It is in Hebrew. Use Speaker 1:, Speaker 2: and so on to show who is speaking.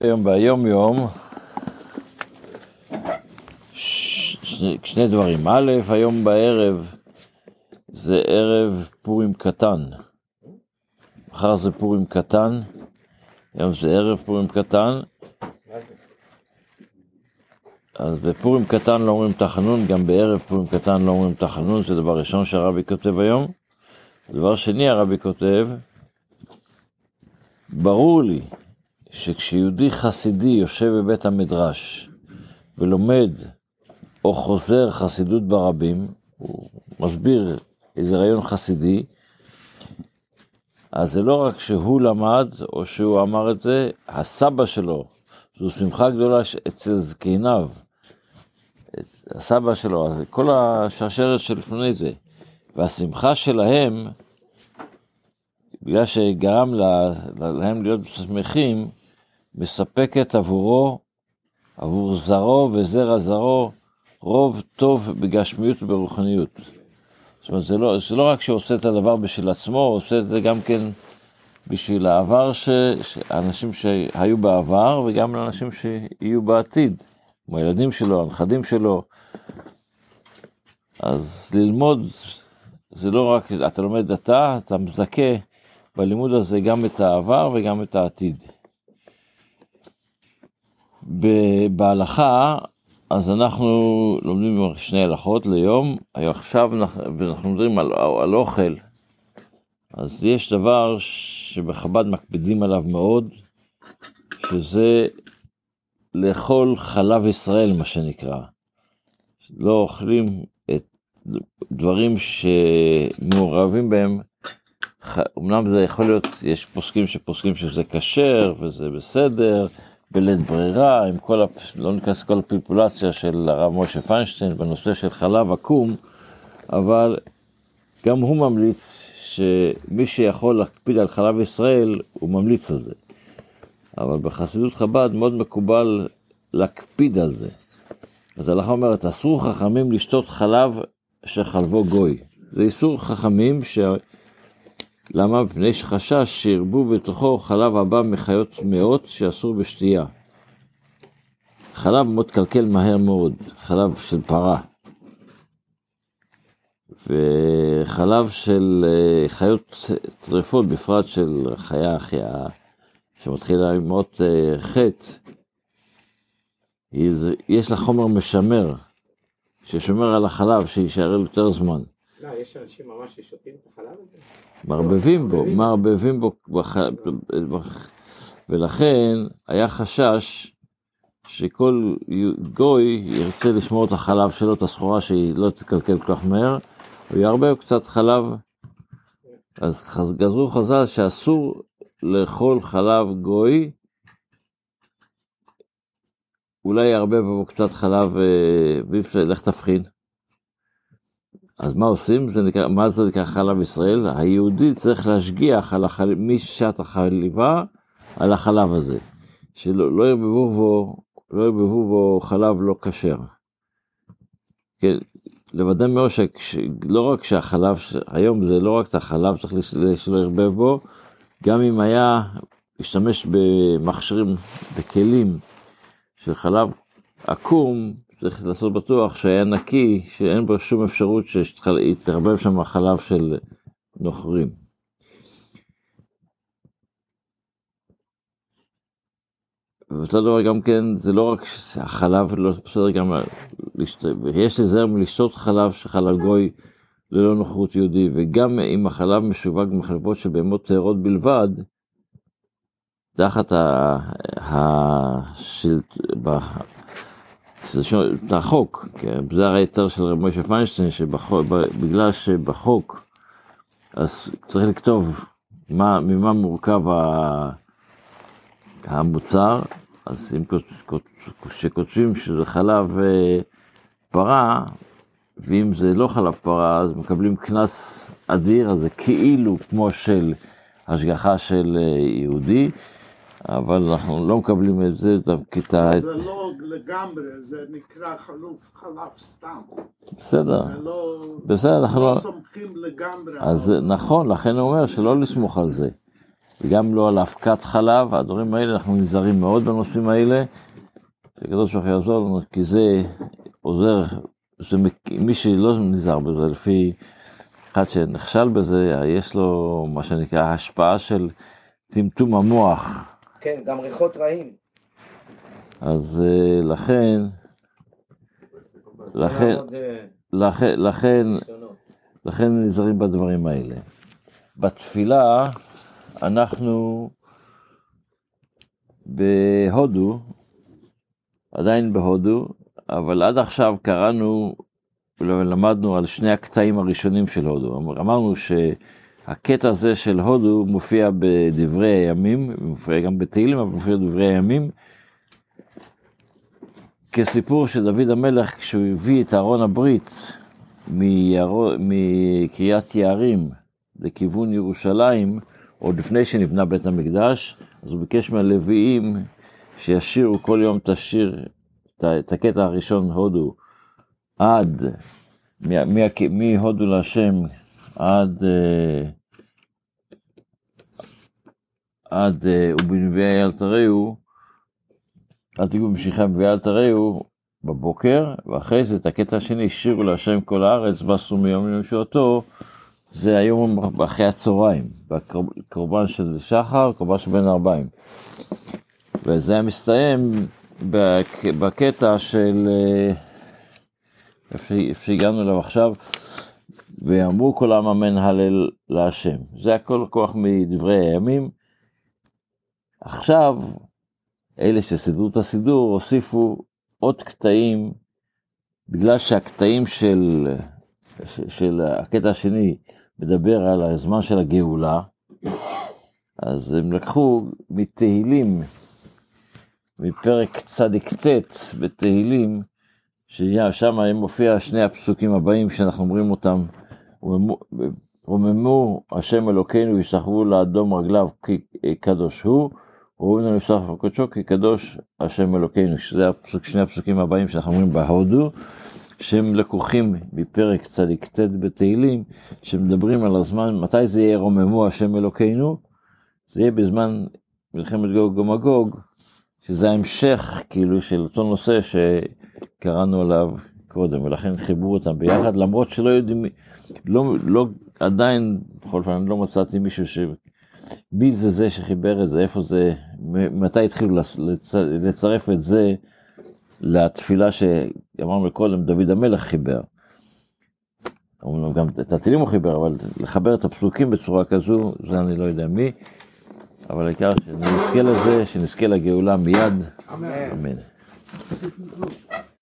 Speaker 1: היום ביום יום שני דברים. א', היום בערב זה ערב פורים קטן. מחר זה פורים קטן, היום זה ערב פורים קטן. אז בפורים קטן לא אומרים תחנון, גם בערב פורים קטן לא אומרים תחנון, זה דבר ראשון שהרבי כותב היום. דבר שני, הרבי כותב, ברור לי שכשיהודי חסידי יושב בבית המדרש ולומד או חוזר חסידות ברבים, הוא מסביר איזה רעיון חסידי, אז זה לא רק שהוא למד או שהוא אמר את זה, הסבא שלו, זו שמחה גדולה אצל זקניו, הסבא שלו, כל השרשרת שלפני זה, והשמחה שלהם, בגלל שגרם להם להיות שמחים, מספקת עבורו, עבור זרו וזרע זרו, רוב טוב בגשמיות וברוחניות. זאת אומרת, זה לא רק שעושה את הדבר בשביל עצמו, הוא עושה את זה גם כן בשביל העבר, האנשים שהיו בעבר, וגם לאנשים שיהיו בעתיד, כמו הילדים שלו, הנכדים שלו. אז ללמוד, זה לא רק, אתה לומד אתה מזכה בלימוד הזה גם את העבר וגם את העתיד. בהלכה, אז אנחנו לומדים שני הלכות ליום, עכשיו אנחנו מדברים על אוכל. אז יש דבר שבחב"ד מקפידים עליו מאוד, שזה לאכול חלב ישראל, מה שנקרא. לא אוכלים את דברים שמעורבים בהם, אמנם זה יכול להיות, יש פוסקים שזה כשר וזה בסדר, בלית ברירה, לא ניכנס כל הפלפולציה של הרב משה פיינשטיין בנושא של חלב עקום, אבל גם הוא ממליץ שמי שיכול להקפיד על חלב ישראל, הוא ממליץ על זה. אבל בחסידות חב"ד מאוד מקובל להקפיד על זה. אז ההלכה אומרת, אסרו חכמים לשתות חלב שחלבו גוי. זה איסור חכמים למה? מפני שחשש שירבו בתוכו חלב הבא מחיות טמאות שאסור בשתייה. חלב מאוד קלקל מהר מאוד, חלב של פרה. וחלב של חיות טרפות, בפרט של חיה שמתחילה עם מאוד חטא, יש לה חומר משמר, ששומר על החלב שישאר יותר זמן.
Speaker 2: לא, יש אנשים ממש ששותים את החלב הזה?
Speaker 1: מערבבים בו, ולכן היה חשש שכל גוי ירצה לשמור את החלב שלו, את הסחורה שהיא לא תקלקל כל כך מהר, הוא יערבב קצת חלב. אז גזרו חז"ל שאסור לאכול חלב גוי, אולי יערבב בו קצת חלב, לך תבחין. אז מה עושים? מה זה נקרא חלב ישראל? היהודי צריך להשגיח משעת החליבה על החלב הזה, שלא ירבבו בו חלב לא כשר. כן, לוודא מאוד שלא רק שהחלב, היום זה לא רק את החלב צריך שלא ירבב בו, גם אם היה להשתמש במכשירים, בכלים של חלב עקום, צריך לעשות בטוח שהיה נקי, שאין בו שום אפשרות שיתרבב שם חלב של נוכרים. ואותו דבר גם כן, זה לא רק שהחלב לא בסדר, גם יש לזהר מלשתות חלב שחלב גוי ללא נוכרות יהודי, וגם אם החלב משווק במחלבות של בהמות טהורות בלבד, תחת את החוק, זה היתר של רב משה פיינשטיין, בגלל שבחוק, אז צריך לכתוב ממה מורכב המוצר, אז אם שכותבים שזה חלב פרה, ואם זה לא חלב פרה, אז מקבלים כנס אדיר, אז זה כאילו כמו של השגחה של יהודי, אבל אנחנו לא מקבלים את זה.
Speaker 3: זה לא לגמרי, זה נקרא חלב סתם.
Speaker 1: בסדר.
Speaker 3: זה לא סומכים לגמרי.
Speaker 1: אז נכון, לכן הוא אומר שלא לסמוך על זה. וגם לא על הפקת חלב. הדברים האלה, אנחנו נזהרים מאוד בנושאים האלה, שהקדוש ברוך הוא יעזור לנו, כי זה עוזר, מי שלא נזהר בזה, לפי אחד שנכשל בזה, יש לו מה שנקרא השפעה של טמטום המוח.
Speaker 4: כן, גם ריחות רעים.
Speaker 1: אז לכן נזהרים בדברים האלה. בתפילה אנחנו בהודו, עדיין בהודו, אבל עד עכשיו קראנו ולמדנו על שני הקטעים הראשונים של הודו. אמרנו שהקטע הזה של הודו מופיע בדברי הימים, מופיע גם בתהילים, אבל מופיע בדברי הימים, כסיפור של דוד המלך כשהוא הביא את ארון הברית מקריית יערים לכיוון ירושלים, עוד לפני שנבנה בית המקדש, אז הוא ביקש מהלוויים שישירו כל יום את הקטע הראשון הודו, מהודו להשם עד ובנביאי אל תראו, אל תיגעו במשיחי נביאי אל תראו בבוקר, ואחרי זה את הקטע השני, שירו להשם כל הארץ, ועשו מיום לישועתו, זה היום אחרי הצהריים, בקורבן של שחר, קורבן של בין 40. וזה היה מסתיים בקטע של, איפה שהגענו אליו עכשיו, ואמרו כל העם אמן הלל להשם. זה הכל כוח מדברי הימים. עכשיו, אלה שסידרו את הסידור, הוסיפו עוד קטעים, בגלל שהקטעים של הקטע השני מדבר על הזמן של הגאולה, אז הם לקחו מתהילים, מפרק צדיק ט' בתהילים, ששם הם מופיע שני הפסוקים הבאים שאנחנו אומרים אותם, רוממו השם אלוקינו וישתחוו לאדום רגליו כי קדוש הוא, וראוין לנו לשחף הקודשו כי קדוש השם אלוקינו, שזה שני הפסוקים הבאים שאנחנו אומרים בהודו, שהם לקוחים מפרק צדיק ט' בתהילים, שמדברים על הזמן, מתי זה יהיה רוממו השם אלוקינו? זה יהיה בזמן מלחמת גוג ומגוג, שזה ההמשך כאילו של אותו נושא שקראנו עליו קודם, ולכן חיברו אותם ביחד, למרות שלא יודעים, עדיין, בכל אופן, אני לא מצאתי מישהו מי זה שחיבר את זה, איפה זה, מתי התחילו לצרף את זה לתפילה שאמרנו קודם, דוד המלך חיבר. גם את התהילים הוא חיבר, אבל לחבר את הפסוקים בצורה כזו, זה אני לא יודע מי, אבל העיקר שנזכה לזה, שנזכה לגאולה מיד. אמן.